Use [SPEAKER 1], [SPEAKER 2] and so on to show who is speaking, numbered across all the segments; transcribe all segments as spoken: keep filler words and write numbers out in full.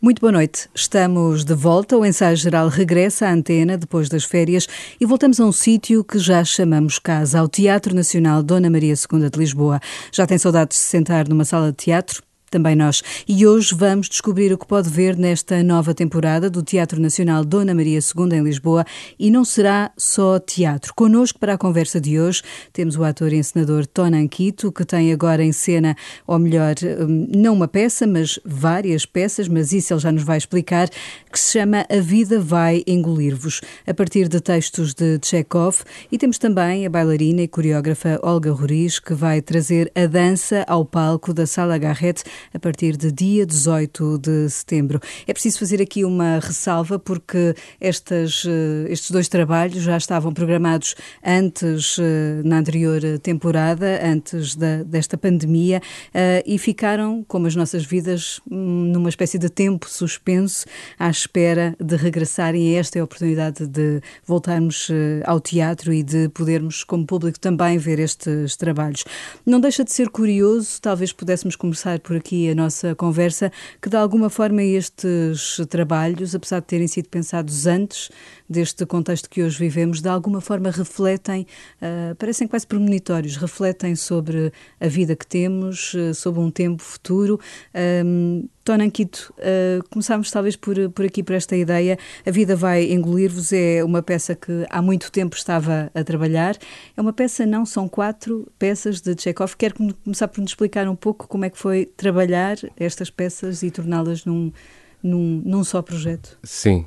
[SPEAKER 1] Muito boa noite. Estamos de volta. O Ensaio Geral regressa à antena depois das férias e voltamos a um sítio que já chamamos casa, ao Teatro Nacional Dona Maria segunda de Lisboa. Já tem saudades de se sentar numa sala de teatro? Também nós. E hoje vamos descobrir o que pode ver nesta nova temporada do Teatro Nacional Dona Maria segunda em Lisboa, e não será só teatro. Connosco para a conversa de hoje temos o ator e encenador Tony Anquito, que tem agora em cena, ou melhor, não uma peça, mas várias peças, mas isso ele já nos vai explicar, que se chama A Vida Vai Engolir-vos, a partir de textos de Chekhov. E temos também a bailarina e coreógrafa Olga Roriz, que vai trazer a dança ao palco da Sala Garrett a partir de dia dezoito de setembro. É preciso fazer aqui uma ressalva, porque estas, estes dois trabalhos já estavam programados antes, na anterior temporada, antes da, desta pandemia, e ficaram, como as nossas vidas, numa espécie de tempo suspenso, à espera de regressarem. E esta é a oportunidade de voltarmos ao teatro e de podermos, como público, também ver estes trabalhos. Não deixa de ser curioso, talvez pudéssemos começar por aqui a nossa conversa, que de alguma forma estes trabalhos, apesar de terem sido pensados antes deste contexto que hoje vivemos, de alguma forma refletem, uh, parecem quase premonitórios, refletem sobre a vida que temos, uh, sobre um tempo futuro. Um, Tony Anquito, uh, começámos talvez por, por aqui, por esta ideia. A Vida Vai Engolir-vos é uma peça que há muito tempo estava a trabalhar. É uma peça, não, são quatro peças de Chekhov. Quero começar por nos explicar um pouco como é que foi trabalhar estas peças e torná-las num, num, num só projeto.
[SPEAKER 2] Sim,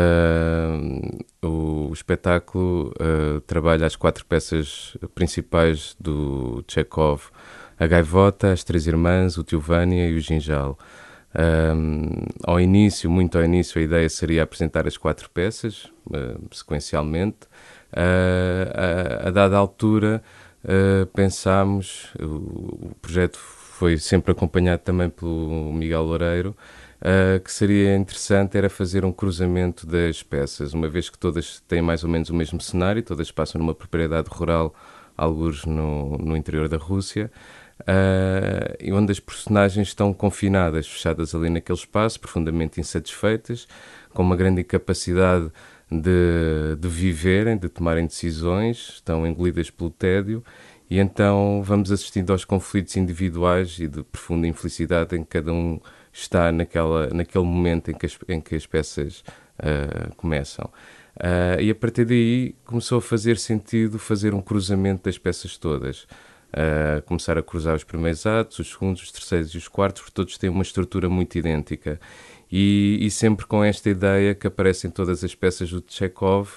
[SPEAKER 2] uh, o, o espetáculo uh, trabalha as quatro peças principais do Chekhov: a Gaivota, as Três Irmãs, o Tio Vânia e o Ginjal. Um, ao início, muito ao início, a ideia seria apresentar as quatro peças, uh, sequencialmente. Uh, a, a dada altura, uh, pensámos, o, o projeto foi sempre acompanhado também pelo Miguel Loureiro, uh, que seria interessante era fazer um cruzamento das peças, uma vez que todas têm mais ou menos o mesmo cenário, todas passam numa propriedade rural, algures no, no interior da Rússia, Uh, e onde as personagens estão confinadas, fechadas ali naquele espaço, profundamente insatisfeitas, com uma grande incapacidade de, de viverem, de tomarem decisões, estão engolidas pelo tédio, e então vamos assistindo aos conflitos individuais e de profunda infelicidade em que cada um está naquela, naquele momento em que as, em que as peças uh, começam. Uh, e a partir daí começou a fazer sentido fazer um cruzamento das peças todas. Uh, começar a cruzar os primeiros atos, os segundos, os terceiros e os quartos, porque todos têm uma estrutura muito idêntica. E, e sempre com esta ideia que aparece em todas as peças do Chekhov,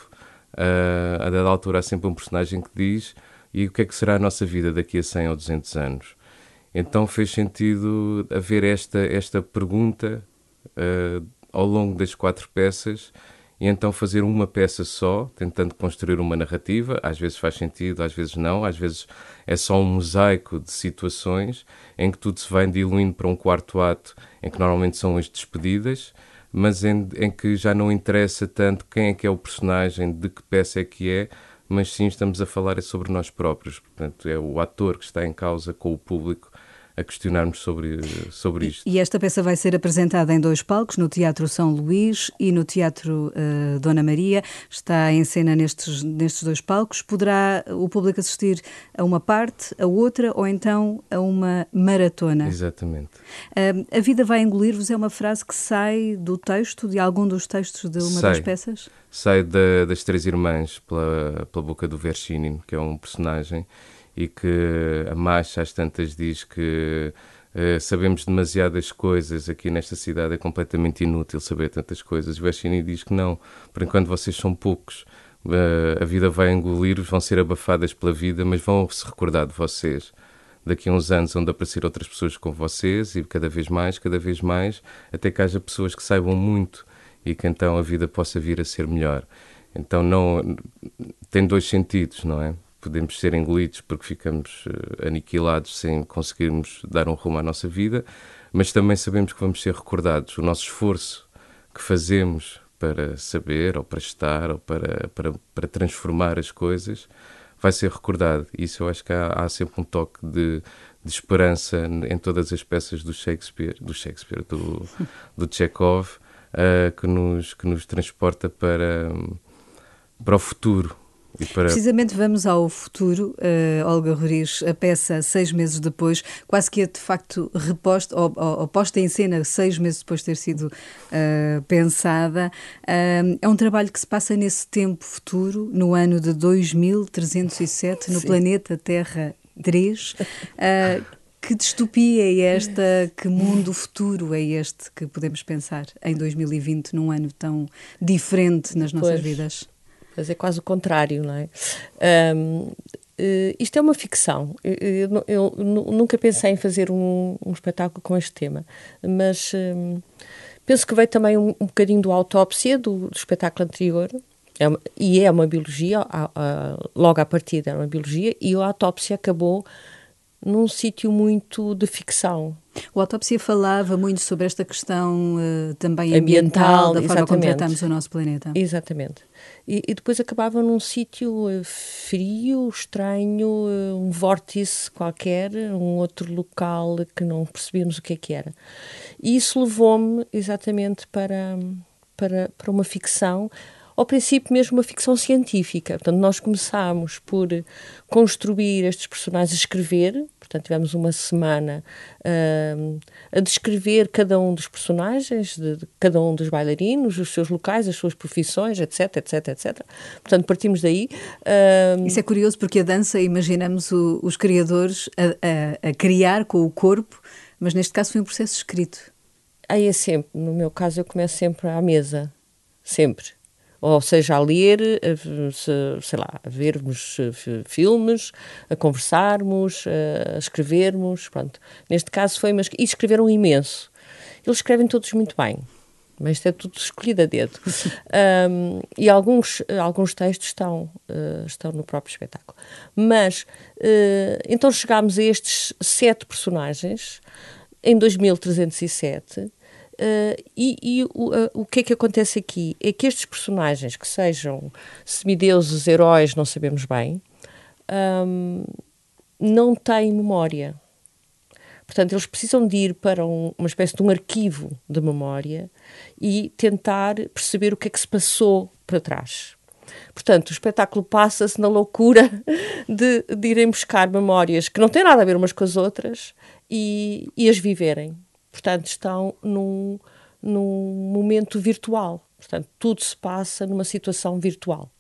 [SPEAKER 2] uh, a dada altura há sempre um personagem que diz: e o que é que será a nossa vida daqui a cem ou duzentos anos? Então fez sentido haver esta, esta pergunta uh, ao longo das quatro peças, e então fazer uma peça só, tentando construir uma narrativa. Às vezes faz sentido, às vezes não, às vezes é só um mosaico de situações em que tudo se vai diluindo para um quarto ato, em que normalmente são as despedidas, mas em, em que já não interessa tanto quem é que é o personagem, de que peça é que é, mas sim estamos a falar sobre nós próprios. Portanto, é o ator que está em causa com o público a questionarmos sobre, sobre isto.
[SPEAKER 1] E esta peça vai ser apresentada em dois palcos, no Teatro São Luís e no Teatro uh, Dona Maria. Está em cena nestes, nestes dois palcos. Poderá o público assistir a uma parte, a outra, ou então a uma maratona.
[SPEAKER 2] Exatamente.
[SPEAKER 1] Uh, a Vida Vai Engolir-vos é uma frase que sai do texto, de algum dos textos de uma
[SPEAKER 2] sai,
[SPEAKER 1] das peças?
[SPEAKER 2] Sai da, das Três Irmãs, pela, pela boca do Vershinin, que é um personagem, e que a Masha às tantas diz que uh, sabemos demasiadas coisas aqui nesta cidade, é completamente inútil saber tantas coisas. O Vershinin diz que não, por enquanto vocês são poucos, uh, a vida vai engolir-vos, vão ser abafadas pela vida, mas vão se recordar de vocês. Daqui a uns anos vão aparecer outras pessoas com vocês, e cada vez mais, cada vez mais, até que haja pessoas que saibam muito e que então a vida possa vir a ser melhor. Então não, tem dois sentidos, não é? Podemos ser engolidos porque ficamos uh, aniquilados sem conseguirmos dar um rumo à nossa vida, mas também sabemos que vamos ser recordados. O nosso esforço que fazemos para saber, ou para estar, ou para, para, para transformar as coisas, vai ser recordado. Isso eu acho que há, há sempre um toque de, de esperança em todas as peças do Shakespeare, do Shakespeare, do, do Chekhov, uh, que, nos, que nos transporta para, para o futuro. E para...
[SPEAKER 1] Precisamente vamos ao futuro, uh, Olga Roriz, a peça seis meses depois, quase que é de facto reposta, ou, ou, ou posta em cena seis meses depois de ter sido uh, pensada. Uh, é um trabalho que se passa nesse tempo futuro, no ano de dois mil trezentos e sete, no Sim. planeta Terra três. Uh, que distopia é esta? Que mundo futuro é este que podemos pensar em dois mil e vinte, num ano tão diferente nas nossas
[SPEAKER 3] pois.
[SPEAKER 1] vidas?
[SPEAKER 3] Mas é quase o contrário, não é? Um, uh, isto é uma ficção. Eu, eu, eu nunca pensei em fazer um, um espetáculo com este tema, mas um, penso que veio também um, um bocadinho do Autópsia, do, do espetáculo anterior, é uma, e é uma biologia, a, a, logo à partida era uma biologia, e a Autópsia acabou num sítio muito de ficção.
[SPEAKER 1] O Autópsia falava muito sobre esta questão uh, também ambiental, ambiental da forma como tratamos o nosso planeta.
[SPEAKER 3] Exatamente. E, e depois acabava num sítio uh, frio, estranho, uh, um vórtice qualquer, um outro local que não percebíamos o que é que era. E isso levou-me exatamente para, para, para uma ficção, ao princípio mesmo uma ficção científica. Portanto, nós começámos por construir estes personagens, a escrever, portanto tivemos uma semana uh, a descrever cada um dos personagens, de, de cada um dos bailarinos, os seus locais, as suas profissões, etc, etc, etcétera. Portanto, partimos daí.
[SPEAKER 1] Uh... Isso é curioso porque a dança, imaginamos o, os criadores a, a, a criar com o corpo, mas neste caso foi um processo escrito.
[SPEAKER 3] Aí é sempre, no meu caso eu começo sempre à mesa, sempre. Ou seja, a ler, a, sei lá, a vermos filmes, a conversarmos, a escrevermos, pronto. Neste caso foi, mas e escreveram imenso. Eles escrevem todos muito bem, mas isto é tudo escolhido a dedo. um, e alguns, alguns textos estão, uh, estão no próprio espetáculo. Mas, uh, então chegámos a estes sete personagens, em dois mil trezentos e sete, Uh, e e o, uh, o que é que acontece aqui? É que estes personagens, que sejam semideuses, heróis, não sabemos bem, um, não têm memória. Portanto, eles precisam de ir para um, uma espécie de um arquivo de memória e tentar perceber o que é que se passou para trás. Portanto, o espetáculo passa-se na loucura de, de irem buscar memórias que não têm nada a ver umas com as outras e, e as viverem. Portanto, estão num, num momento virtual. Portanto, tudo se passa numa situação virtual.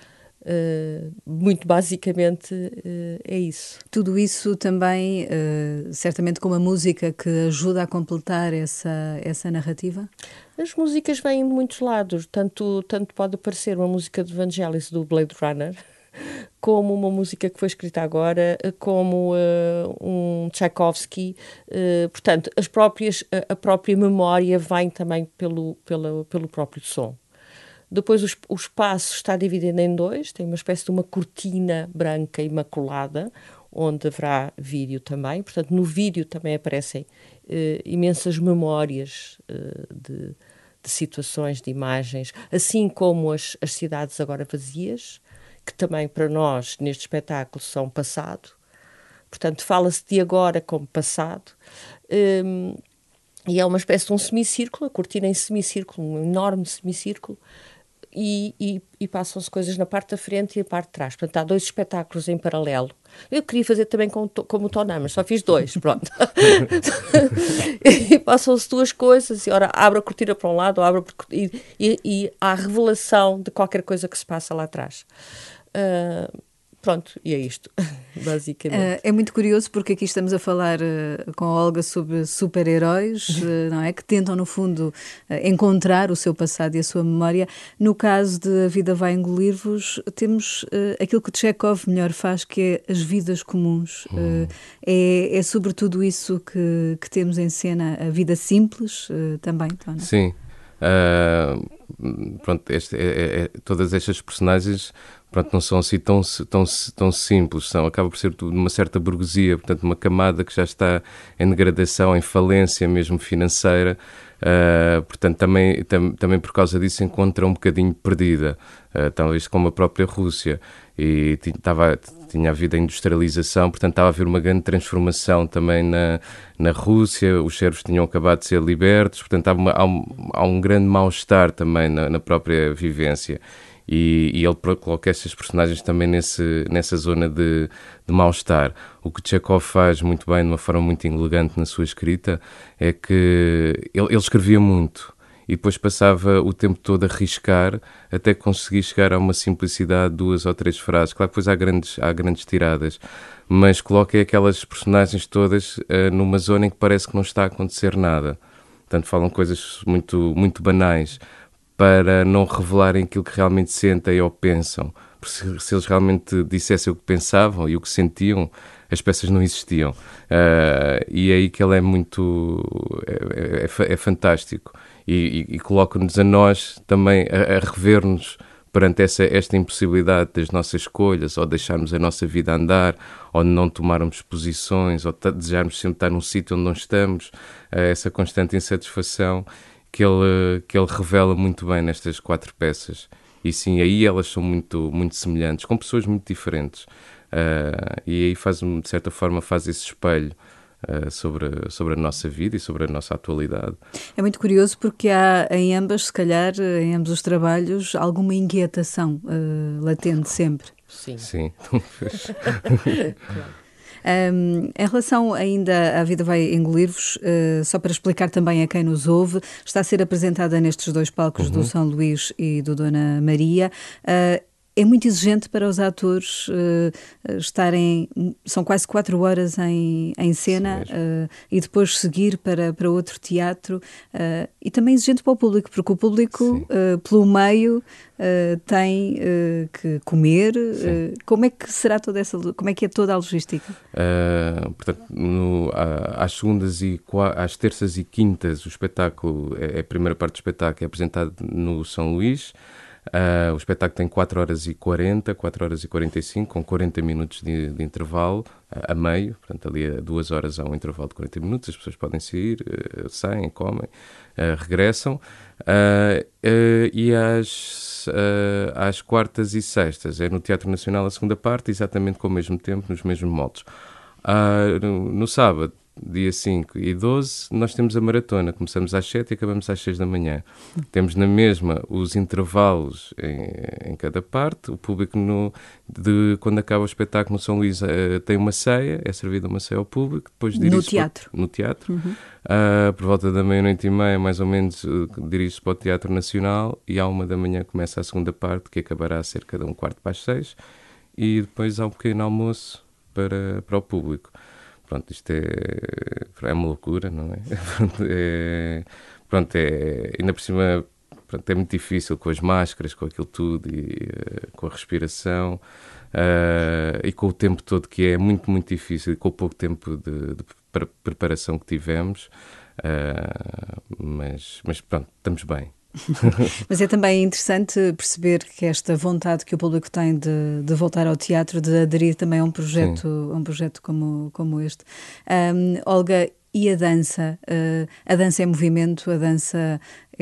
[SPEAKER 3] Uh, muito basicamente uh, é isso.
[SPEAKER 1] Tudo isso também, uh, certamente com uma música que ajuda a completar essa, essa narrativa?
[SPEAKER 3] As músicas vêm de muitos lados. Tanto, tanto pode aparecer uma música de Vangelis do Blade Runner, como uma música que foi escrita agora, como uh, um Tchaikovsky. Uh, portanto, as próprias, a, a própria memória vem também pelo, pelo, pelo próprio som. Depois o, o espaço está dividido em dois, tem uma espécie de uma cortina branca imaculada, onde haverá vídeo também. Portanto, no vídeo também aparecem uh, imensas memórias uh, de, de situações, de imagens, assim como as, as cidades agora vazias, que também para nós, neste espetáculo, são passado. Portanto, fala-se de agora como passado. Um, e é uma espécie de um semicírculo, a cortina em semicírculo, um enorme semicírculo, e, e, e passam-se coisas na parte da frente e na parte de trás. Portanto, há dois espetáculos em paralelo. Eu queria fazer também como, como o Tonã, mas só fiz dois, pronto. E passam-se duas coisas, e ora, abre a cortina para um lado, abre a, e, e, e há a revelação de qualquer coisa que se passa lá atrás. Uh, pronto, e é isto, basicamente.
[SPEAKER 1] Uh, é muito curioso porque aqui estamos a falar uh, com a Olga sobre super-heróis, uh, não é? Que tentam, no fundo, uh, encontrar o seu passado e a sua memória. No caso de A Vida Vai Engolir-vos, temos uh, aquilo que Chekhov melhor faz, que é as vidas comuns. Hum. Uh, é, é sobretudo isso que, que temos em cena, a vida simples uh, também, Tona?
[SPEAKER 2] Sim. Uh... pronto, este, é, é, todas estas personagens, pronto, não são assim tão, tão, tão simples, são, acaba por ser de uma certa burguesia, portanto uma camada que já está em degradação, em falência mesmo financeira, uh, portanto também, tam, também por causa disso encontra um bocadinho perdida, uh, talvez como a própria Rússia, e estava... tinha havido a industrialização, portanto estava a haver uma grande transformação também na, na Rússia, os servos tinham acabado de ser libertos, portanto há, uma, há, um, há um grande mal-estar também na, na própria vivência. E, e ele coloca estas personagens também nesse, nessa zona de, de mal-estar. O que Chekhov faz muito bem, de uma forma muito elegante na sua escrita, é que ele, ele escrevia muito, e depois passava o tempo todo a riscar até conseguir chegar a uma simplicidade de duas ou três frases. Claro que depois há grandes, há grandes tiradas, mas coloca aquelas personagens todas uh, numa zona em que parece que não está a acontecer nada. Portanto, falam coisas muito, muito banais para não revelarem aquilo que realmente sentem ou pensam. Porque se, se eles realmente dissessem o que pensavam e o que sentiam, as peças não existiam. Uh, e é aí que ele é muito... é, é, é fantástico. E, e, e coloca-nos a nós também a, a rever-nos perante essa, esta impossibilidade das nossas escolhas, ou deixarmos a nossa vida andar, ou não tomarmos posições, ou desejarmos sempre estar num sítio onde não estamos, uh, essa constante insatisfação que ele, que ele revela muito bem nestas quatro peças. E sim, aí elas são muito, muito semelhantes, com pessoas muito diferentes. Uh, e aí faz, de certa forma, faz esse espelho uh, sobre, sobre a nossa vida e sobre a nossa atualidade.
[SPEAKER 1] É muito curioso porque há em ambas, se calhar, em ambos os trabalhos, alguma inquietação uh, latente sempre.
[SPEAKER 3] Sim.
[SPEAKER 2] Sim.
[SPEAKER 3] Claro.
[SPEAKER 1] Um, em relação ainda à Vida Vai Engolir-vos, uh, só para explicar também a quem nos ouve, está a ser apresentada nestes dois palcos, uhum, do São Luís e do Dona Maria. Uh, é muito exigente para os atores uh, estarem, são quase quatro horas em, em cena, uh, e depois seguir para, para outro teatro, uh, e também exigente para o público, porque o público, uh, pelo meio, uh, tem uh, que comer. Uh, como é que será toda essa, como é que é toda a logística?
[SPEAKER 2] Uh, portanto, no, às segundas e às terças e quintas o espetáculo, é a primeira parte do espetáculo é apresentado no São Luís. Uh, o espetáculo tem quatro horas e quarenta, quatro horas e quarenta e cinco, com quarenta minutos de, de intervalo uh, a meio, portanto ali a duas horas há um intervalo de quarenta minutos, as pessoas podem sair, uh, saem, comem, uh, regressam, uh, uh, e às, uh, às quartas e sextas é no Teatro Nacional a segunda parte, exatamente com o mesmo tempo, nos mesmos moldes. Uh, no, no sábado, dia cinco e doze, nós temos a maratona. Começamos às sete e acabamos às seis da manhã. Temos na mesma os intervalos em, em cada parte. O público, no, de, quando acaba o espetáculo no São Luís, uh, tem uma ceia, é servida uma ceia ao público. Depois
[SPEAKER 1] no teatro.
[SPEAKER 2] Para, no teatro.
[SPEAKER 1] Uhum.
[SPEAKER 2] Uh, por volta da meia-noite e meia, mais ou menos, uh, dirige-se para o Teatro Nacional e à uma da manhã começa a segunda parte, que acabará a cerca de um quarto para as seis. E depois há um pequeno almoço para, para o público. Pronto, isto é, é uma loucura, não é? é pronto, é, ainda por cima, pronto, é muito difícil com as máscaras, com aquilo tudo, e uh, com a respiração, uh, e com o tempo todo, que é muito, muito difícil, e com o pouco tempo de, de preparação que tivemos, uh, mas, mas pronto, estamos bem.
[SPEAKER 1] Mas é também interessante perceber que esta vontade que o público tem de, de voltar ao teatro, de aderir também a um projeto, a um projeto como, como este. Um, Olga, e a dança? Uh, a dança é movimento, a dança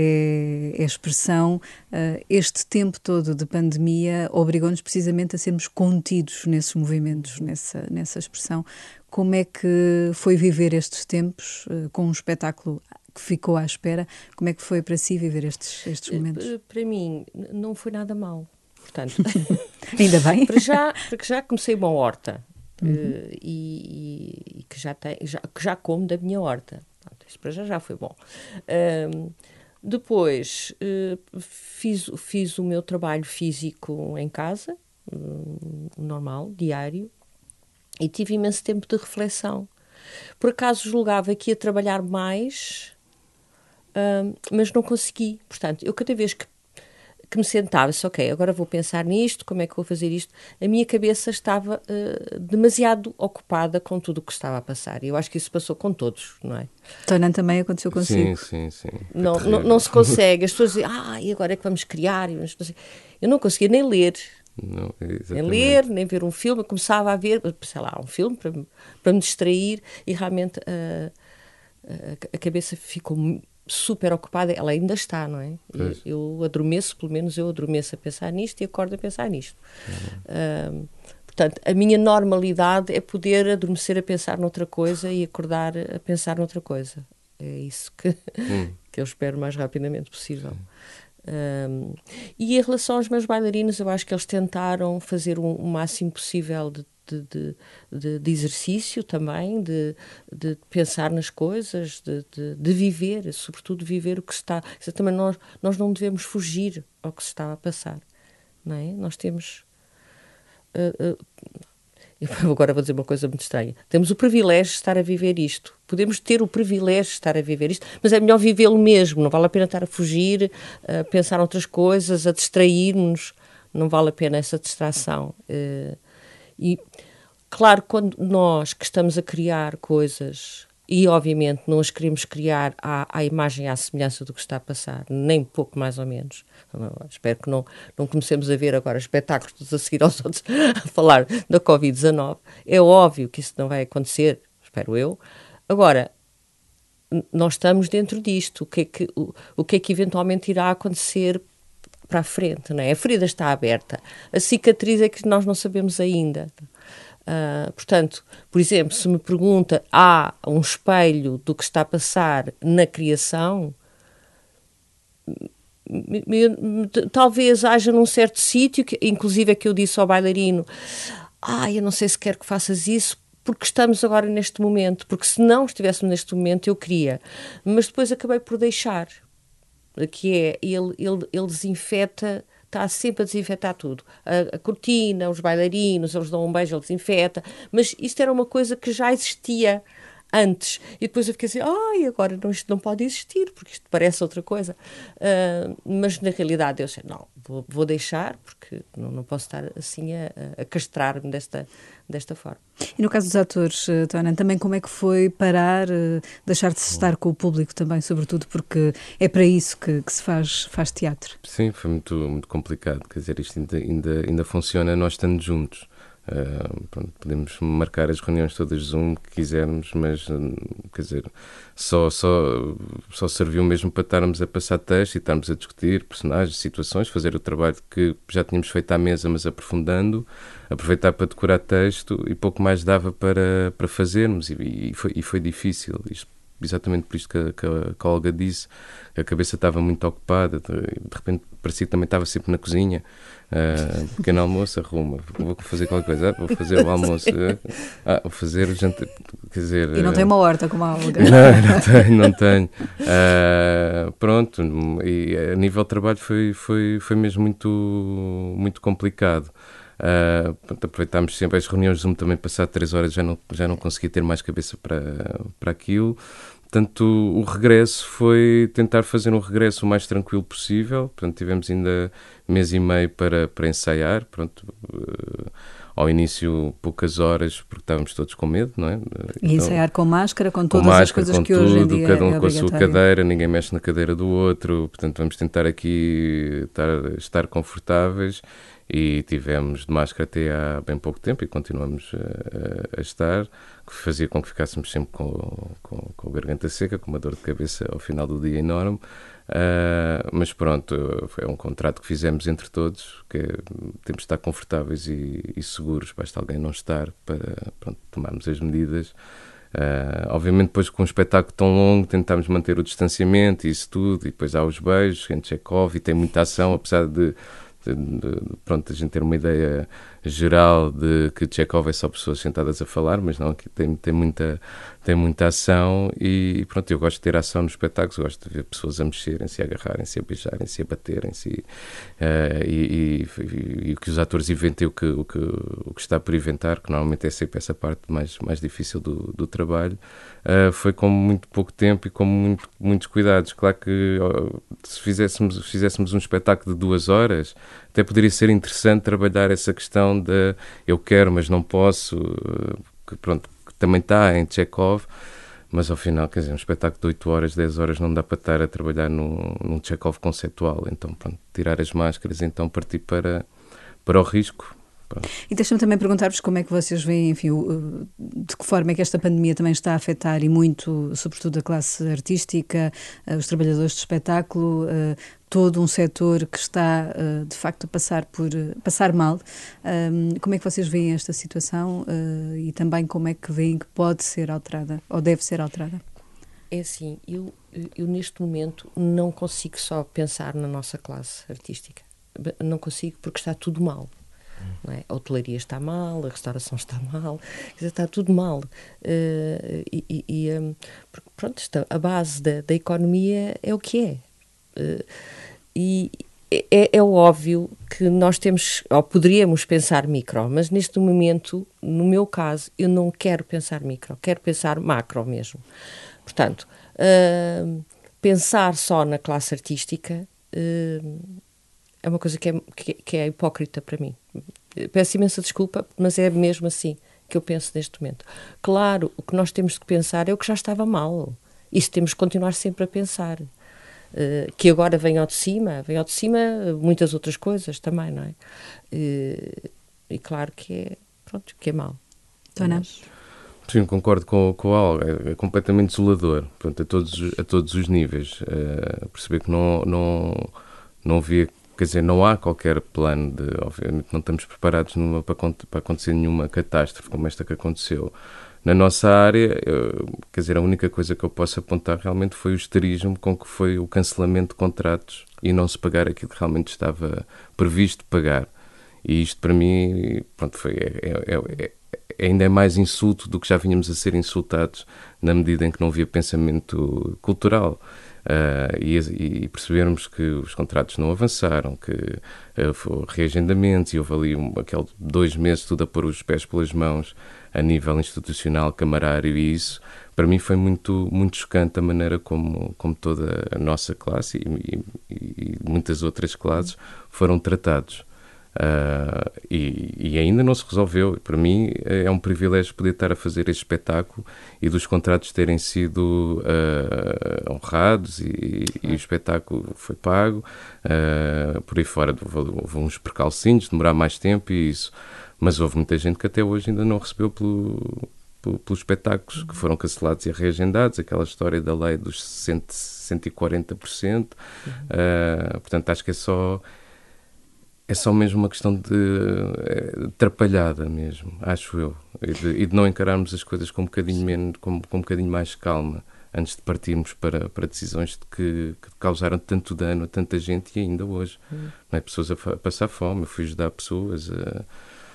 [SPEAKER 1] é, é expressão. Uh, este tempo todo de pandemia obrigou-nos precisamente a sermos contidos nesses movimentos, nessa, nessa expressão. Como é que foi viver estes tempos uh, com um espetáculo que ficou à espera? Como é que foi para si viver estes, estes momentos?
[SPEAKER 3] Para mim, não foi nada mal. Portanto,
[SPEAKER 1] ainda bem.
[SPEAKER 3] Para já, porque já comecei uma horta, uhum, uh, e, e que, já tem, já, que já como da minha horta. Portanto, isso para já já foi bom. Uh, depois, uh, fiz, fiz o meu trabalho físico em casa, uh, normal, diário, e tive imenso tempo de reflexão. Por acaso julgava que ia trabalhar mais, Um, mas não consegui. Portanto, eu cada vez que, que me sentava, disse, ok, agora vou pensar nisto, como é que vou fazer isto? A minha cabeça estava uh, demasiado ocupada com tudo o que estava a passar. E eu acho que isso passou com todos, não é?
[SPEAKER 1] Tonan, também aconteceu consigo?
[SPEAKER 2] Sim, sim, sim.
[SPEAKER 3] Não, não, não se consegue. As pessoas dizem, ah, e agora é que vamos criar? Eu não conseguia nem ler.
[SPEAKER 2] Não,
[SPEAKER 3] nem ler, nem ver um filme. Eu começava a ver, sei lá, um filme para, para me distrair e realmente uh, uh, a cabeça ficou super ocupada. Ela ainda está, não é? Eu, eu adormeço, pelo menos eu adormeço a pensar nisto e acordo a pensar nisto. Uhum. Uh, portanto, a minha normalidade é poder adormecer a pensar noutra coisa e acordar a pensar noutra coisa. É isso que, hum. que eu espero o mais rapidamente possível. Um, e em relação aos meus bailarinos, eu acho que eles tentaram fazer o, o máximo possível de, de, de, de exercício também, de, de pensar nas coisas, de, de, de viver, sobretudo viver o que se está. Também nós, nós não devemos fugir ao que se está a passar, não é? Nós temos. Uh, uh, eu agora vou dizer uma coisa muito estranha. Temos o privilégio de estar a viver isto. Podemos ter o privilégio de estar a viver isto, mas é melhor vivê-lo mesmo. Não vale a pena estar a fugir, a pensar outras coisas, a distrair-nos. Não vale a pena essa distração. E, claro, quando nós que estamos a criar coisas, e obviamente não as queremos criar à, à imagem e à semelhança do que está a passar, nem pouco mais ou menos. Espero que não, não comecemos a ver agora espetáculos a seguir aos outros a falar da covid dezanove. É óbvio que isso não vai acontecer, espero eu. Agora, nós estamos dentro disto. O que é que, o, o que, é que eventualmente irá acontecer para a frente, não é? A ferida está aberta. A cicatriz é que nós não sabemos ainda. Uh, portanto, por exemplo, se me pergunta, há um espelho do que está a passar na criação? Talvez haja num certo sítio, que, inclusive é que eu disse ao bailarino, ah, eu não sei se quero que faças isso, porque estamos agora neste momento, porque se não estivéssemos neste momento eu queria, mas depois acabei por deixar, que é, ele, ele, ele desinfeta, está sempre a desinfetar tudo. A, a cortina, os bailarinos, eles dão um beijo, ele desinfeta. Mas isto era uma coisa que já existia antes. E depois eu fiquei assim, ai, agora não, isto não pode existir, porque isto parece outra coisa. Uh, mas na realidade eu sei, não, vou, vou deixar, porque não, não posso estar assim a, a castrar-me desta, desta forma.
[SPEAKER 1] E no caso dos atores, Tonan, também como é que foi parar, deixar de se estar com o público também, sobretudo porque é para isso que, que se faz, faz teatro?
[SPEAKER 2] Sim, foi muito, muito complicado, quer dizer, isto ainda, ainda, ainda funciona nós estando juntos. Uh, pronto, podemos marcar as reuniões todas Zoom que quisermos, mas quer dizer, só, só, só serviu mesmo para estarmos a passar texto e estarmos a discutir personagens, situações, fazer o trabalho que já tínhamos feito à mesa, mas aprofundando, aproveitar para decorar texto e pouco mais dava para, para fazermos e, e, foi, e foi difícil. Isto, exatamente por isto que a, que a Olga disse, a cabeça estava muito ocupada, de, de repente parecia que também estava sempre na cozinha. Uh, pequeno almoço, arruma, vou fazer qualquer coisa, ah, vou fazer o almoço, ah, vou fazer o jantar, quer dizer...
[SPEAKER 1] E não uh, tem uma horta como a Olga.
[SPEAKER 2] Não, não tenho, não tenho. Uh, pronto, e a nível de trabalho foi, foi, foi mesmo muito, muito complicado. Uh, aproveitámos sempre as reuniões de Zoom também, passar três horas já não, já não conseguia ter mais cabeça para, para aquilo. Portanto, o regresso foi tentar fazer um regresso o mais tranquilo possível. Portanto, tivemos ainda mês e meio para, para ensaiar. Pronto, uh, ao início poucas horas, porque estávamos todos com medo, não é?
[SPEAKER 1] E então, ensaiar com máscara, com todas
[SPEAKER 2] com máscara,
[SPEAKER 1] as coisas
[SPEAKER 2] com
[SPEAKER 1] que
[SPEAKER 2] tudo,
[SPEAKER 1] hoje em dia
[SPEAKER 2] cada um
[SPEAKER 1] é
[SPEAKER 2] com a sua cadeira, ninguém mexe na cadeira do outro. Portanto, vamos tentar aqui estar, estar confortáveis. E tivemos de máscara até há bem pouco tempo e continuamos a, a estar, que fazia com que ficássemos sempre com, com, com a garganta seca, com uma dor de cabeça ao final do dia enorme. Uh, mas pronto, é um contrato que fizemos entre todos, que é, temos de estar confortáveis e, e seguros, basta alguém não estar para, pronto, tomarmos as medidas. Uh, obviamente depois com um espetáculo tão longo tentámos manter o distanciamento e isso tudo, e depois há os beijos, entre Chekhov e tem muita ação, apesar de De, de, pronto, a gente ter uma ideia geral de que Chekhov é só pessoas sentadas a falar, mas não, aqui tem, tem, muita, tem muita ação e pronto, eu gosto de ter ação nos espetáculos, gosto de ver pessoas a mexerem-se, a agarrarem-se, a beijarem-se, a baterem-se uh, e, e, e, e que os atores inventem o que, o, que, o que está por inventar, que normalmente é sempre essa parte mais, mais difícil do, do trabalho. Uh, foi com muito pouco tempo e com muito, muitos cuidados. Claro que uh, se fizéssemos, fizéssemos um espetáculo de duas horas, até poderia ser interessante trabalhar essa questão de eu quero, mas não posso, uh, que, pronto, que também está em Chekhov, mas ao final, quer dizer, um espetáculo de oito horas, dez horas não dá para estar a trabalhar num, num Chekhov conceptual. Então, pronto, tirar as máscaras e então partir para, para o risco.
[SPEAKER 1] E deixa-me também perguntar-vos como é que vocês veem, enfim, de que forma é que esta pandemia também está a afetar e muito, sobretudo a classe artística, os trabalhadores de espetáculo, todo um setor que está, de facto, a passar, por, passar mal. Como é que vocês veem esta situação e também como é que veem que pode ser alterada ou deve ser alterada?
[SPEAKER 3] É assim, eu, eu neste momento não consigo só pensar na nossa classe artística. Não consigo porque está tudo mal. Não é? A hotelaria está mal, a restauração está mal, quer dizer, está tudo mal. Uh, e, e um, pronto, está, a base da, da economia é o que é. Uh, e é, é óbvio que nós temos, ou poderíamos pensar micro, mas neste momento, no meu caso, eu não quero pensar micro, quero pensar macro mesmo. Portanto, uh, pensar só na classe artística uh, é uma coisa que é, que, que é hipócrita para mim. Peço imensa desculpa, mas é mesmo assim que eu penso neste momento. Claro, o que nós temos que pensar é o que já estava mal. Isso temos que continuar sempre a pensar. Uh, que agora vem ao de cima, vem ao de cima muitas outras coisas também, não é? Uh, e claro que é, pronto, que é mau.
[SPEAKER 1] Dona?
[SPEAKER 3] Mas...
[SPEAKER 2] Sim, concordo com, com o Al, é, é completamente desolador, portanto, a todos, a todos os níveis. Uh, perceber que não, não, não havia, quer dizer, não há qualquer plano, de, obviamente não estamos preparados numa, para, para acontecer nenhuma catástrofe como esta que aconteceu. Na nossa área, eu, quer dizer, a única coisa que eu posso apontar realmente foi o histerismo com que foi o cancelamento de contratos e não se pagar aquilo que realmente estava previsto pagar. E isto para mim, pronto, foi, é, é, é, ainda é mais insulto do que já vínhamos a ser insultados na medida em que não havia pensamento cultural. Uh, e, e percebermos que os contratos não avançaram, que uh, reagendamentos, e houve ali um, aquele dois meses tudo a pôr os pés pelas mãos a nível institucional, camarário, e isso para mim foi muito, muito chocante a maneira como, como toda a nossa classe e, e, e muitas outras classes foram tratados. Uh, e, e ainda não se resolveu. Para mim é um privilégio poder estar a fazer este espetáculo e dos contratos terem sido uh, honrados e, e o espetáculo foi pago. Uh, por aí fora houve, houve uns percalcinhos, demorar mais tempo e isso, mas houve muita gente que até hoje ainda não recebeu pelo, pelo, pelos espetáculos que foram cancelados e reagendados, aquela história da lei dos cento e quarenta por cento. Uh, portanto, acho que é só É só mesmo uma questão de é, atrapalhada mesmo, acho eu, e de, e de não encararmos as coisas com um bocadinho menos, com, com um bocadinho mais calma, antes de partirmos para, para decisões de que, que causaram tanto dano a tanta gente e ainda hoje. Hum. Não é? Pessoas a, a passar fome, eu fui ajudar pessoas, a,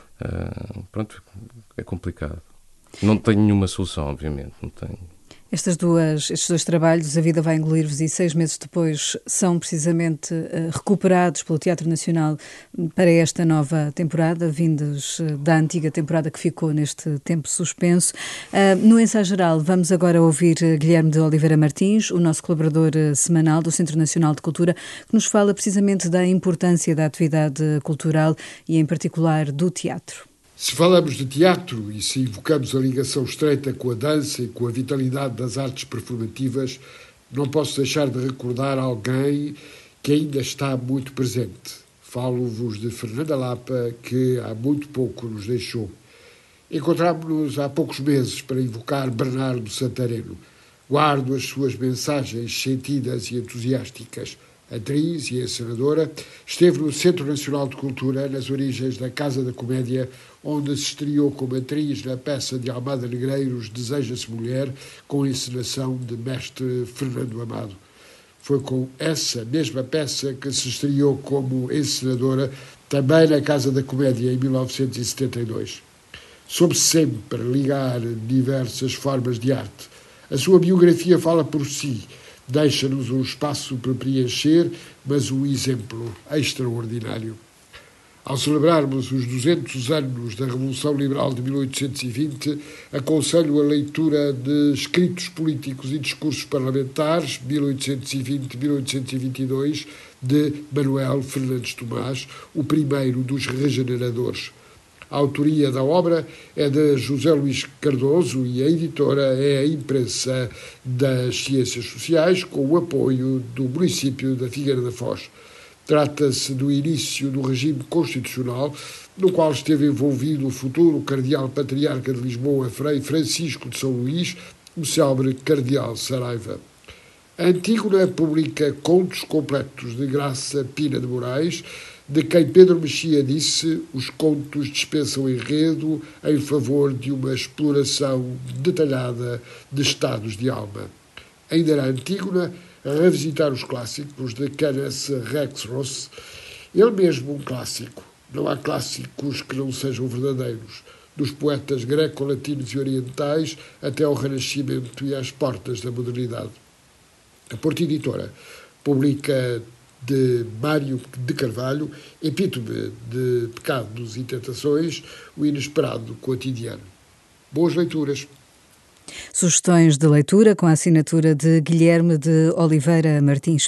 [SPEAKER 2] a, pronto, é complicado. Não tenho nenhuma solução, obviamente, não tenho.
[SPEAKER 1] Estas duas, estes dois trabalhos, A Vida Vai Engolir-vos e seis meses depois, são precisamente uh, recuperados pelo Teatro Nacional para esta nova temporada, vindos uh, da antiga temporada que ficou neste tempo suspenso. Uh, no ensaio geral, vamos agora ouvir uh, Guilherme de Oliveira Martins, o nosso colaborador uh, semanal do Centro Nacional de Cultura, que nos fala precisamente da importância da atividade cultural e, em particular, do teatro.
[SPEAKER 4] Se falamos de teatro e se invocamos a ligação estreita com a dança e com a vitalidade das artes performativas, não posso deixar de recordar alguém que ainda está muito presente. Falo-vos de Fernanda Lapa, que há muito pouco nos deixou. Encontrámos-nos há poucos meses para invocar Bernardo Santareno. Guardo as suas mensagens sentidas e entusiásticas. Atriz e encenadora, esteve no Centro Nacional de Cultura, nas origens da Casa da Comédia, onde se estreou como atriz na peça de Almada Negreiros Deseja-se Mulher, com encenação de mestre Fernando Amado. Foi com essa mesma peça que se estreou como encenadora também na Casa da Comédia em mil novecentos e setenta e dois. Soube sempre ligar diversas formas de arte. A sua biografia fala por si, deixa-nos um espaço para preencher, mas um exemplo extraordinário. Ao celebrarmos os duzentos anos da Revolução Liberal de mil oitocentos e vinte, aconselho a leitura de Escritos Políticos e Discursos Parlamentares, mil oitocentos e vinte a mil oitocentos e vinte e dois, de Manuel Fernandes Tomás, o primeiro dos regeneradores. A autoria da obra é de José Luís Cardoso e a editora é a Imprensa das Ciências Sociais, com o apoio do município da Figueira da Foz. Trata-se do início do regime constitucional, no qual esteve envolvido o futuro cardeal patriarca de Lisboa, Frei Francisco de São Luís, o célebre cardeal Saraiva. A Antígona publica contos completos de Graça Pina de Moraes, de quem Pedro Mexia disse: os contos dispensam enredo em favor de uma exploração detalhada de estados de alma. Ainda na Antígona, a revisitar os clássicos de Kenneth Rexroth, ele mesmo um clássico. Não há clássicos que não sejam verdadeiros, dos poetas greco-latinos e orientais até ao Renascimento e às portas da modernidade. A Porta Editora publica de Mário de Carvalho, epítome de pecados e tentações, o inesperado cotidiano. Boas leituras.
[SPEAKER 1] Sugestões de leitura com a assinatura de Guilherme de Oliveira Martins.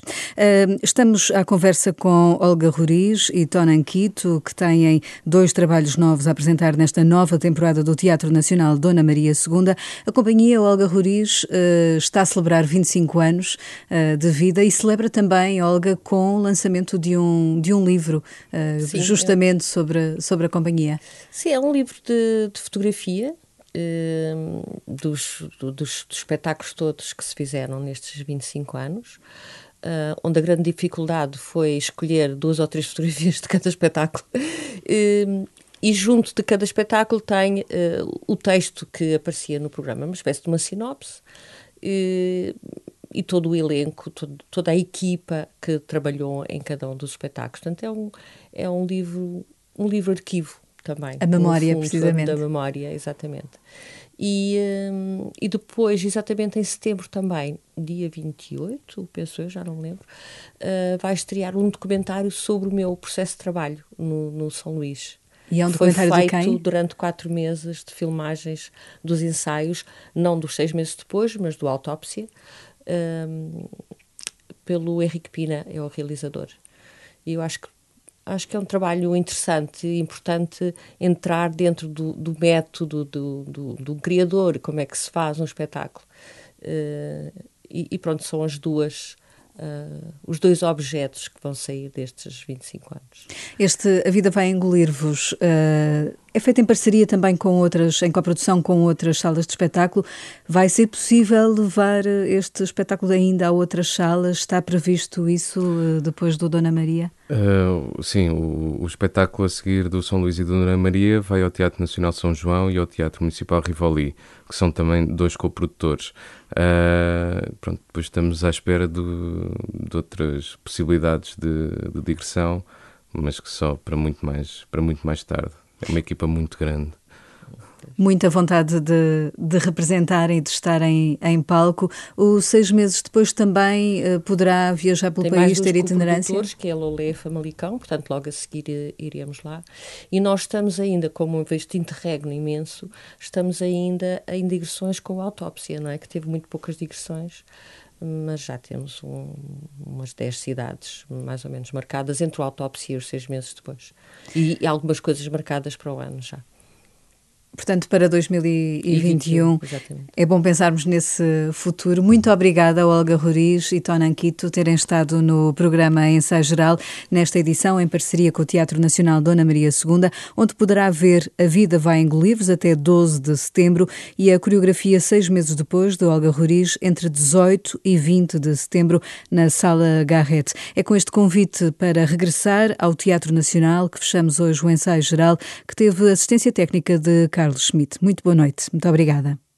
[SPEAKER 1] Estamos à conversa com Olga Roriz e Tonan Quito, que têm dois trabalhos novos a apresentar nesta nova temporada do Teatro Nacional Dona Maria segunda. A companhia Olga Roriz está a celebrar vinte e cinco anos de vida e celebra também, Olga, com o lançamento de um, de um livro Sim, justamente é. sobre, sobre a companhia.
[SPEAKER 3] Sim, é um livro de, de fotografia. Uh, dos, do, dos, dos espetáculos todos que se fizeram nestes vinte e cinco anos, uh, onde a grande dificuldade foi escolher duas ou três fotografias de cada espetáculo, uh, e junto de cada espetáculo tem uh, o texto que aparecia no programa, uma espécie de uma sinopse, uh, e todo o elenco, todo, toda a equipa que trabalhou em cada um dos espetáculos. Portanto, é um, é um livro, um livro arquivo também.
[SPEAKER 1] A memória,
[SPEAKER 3] fundo,
[SPEAKER 1] precisamente.
[SPEAKER 3] Da memória, exatamente. E, um, e depois, exatamente em setembro também, dia vinte e oito, penso eu, já não me lembro, uh, vai estrear um documentário sobre o meu processo de trabalho no, no São Luís.
[SPEAKER 1] E é um
[SPEAKER 3] Foi
[SPEAKER 1] documentário
[SPEAKER 3] feito
[SPEAKER 1] de quem?
[SPEAKER 3] durante quatro meses de filmagens dos ensaios, não dos seis meses depois, mas do Autópsia, um, pelo Henrique Pina, é o realizador. E eu acho que Acho que é um trabalho interessante e importante entrar dentro do, do método do, do, do criador, como é que se faz um espetáculo. Uh, e, e pronto, são as duas, uh, os dois objetos que vão sair destes vinte e cinco anos.
[SPEAKER 1] Este A Vida Vai Engolir-vos uh, é feito em parceria também com outras, em coprodução com outras salas de espetáculo. Vai ser possível levar este espetáculo ainda a outras salas? Está previsto isso uh, depois do Dona Maria?
[SPEAKER 2] Uh, sim, o, o espetáculo a seguir do São Luís e do Dona Maria vai ao Teatro Nacional São João e ao Teatro Municipal Rivoli, que são também dois coprodutores. Uh, pronto, depois estamos à espera do, de outras possibilidades de, de digressão, mas que só para muito mais, para muito mais tarde. É uma equipa muito grande.
[SPEAKER 1] Muita vontade de, de representarem e de estarem em palco. O seis meses depois também uh, poderá viajar pelo
[SPEAKER 3] Tem
[SPEAKER 1] país,
[SPEAKER 3] mais
[SPEAKER 1] ter itinerância?
[SPEAKER 3] Que é Lolé Famalicão, portanto logo a seguir uh, iremos lá. E nós estamos ainda, como este interregno imenso, estamos ainda em digressões com a Autópsia, não é? Que teve muito poucas digressões, mas já temos um, umas dez cidades mais ou menos marcadas entre a Autópsia e os seis meses depois. E, e algumas coisas marcadas para o ano já.
[SPEAKER 1] Portanto, para dois mil e vinte e um,
[SPEAKER 3] exatamente.
[SPEAKER 1] É bom pensarmos nesse futuro. Muito obrigada, Olga Roriz e Tonan Quito, terem estado no programa Ensaio Geral, nesta edição em parceria com o Teatro Nacional Dona Maria segunda, onde poderá ver A Vida Vai Engolir-vos até doze de setembro e a coreografia seis meses depois de Olga Roriz, entre dezoito e vinte de setembro, na Sala Garrett. É com este convite para regressar ao Teatro Nacional que fechamos hoje o Ensaio Geral, que teve assistência técnica de Carlos Schmidt. Muito boa noite. Muito obrigada.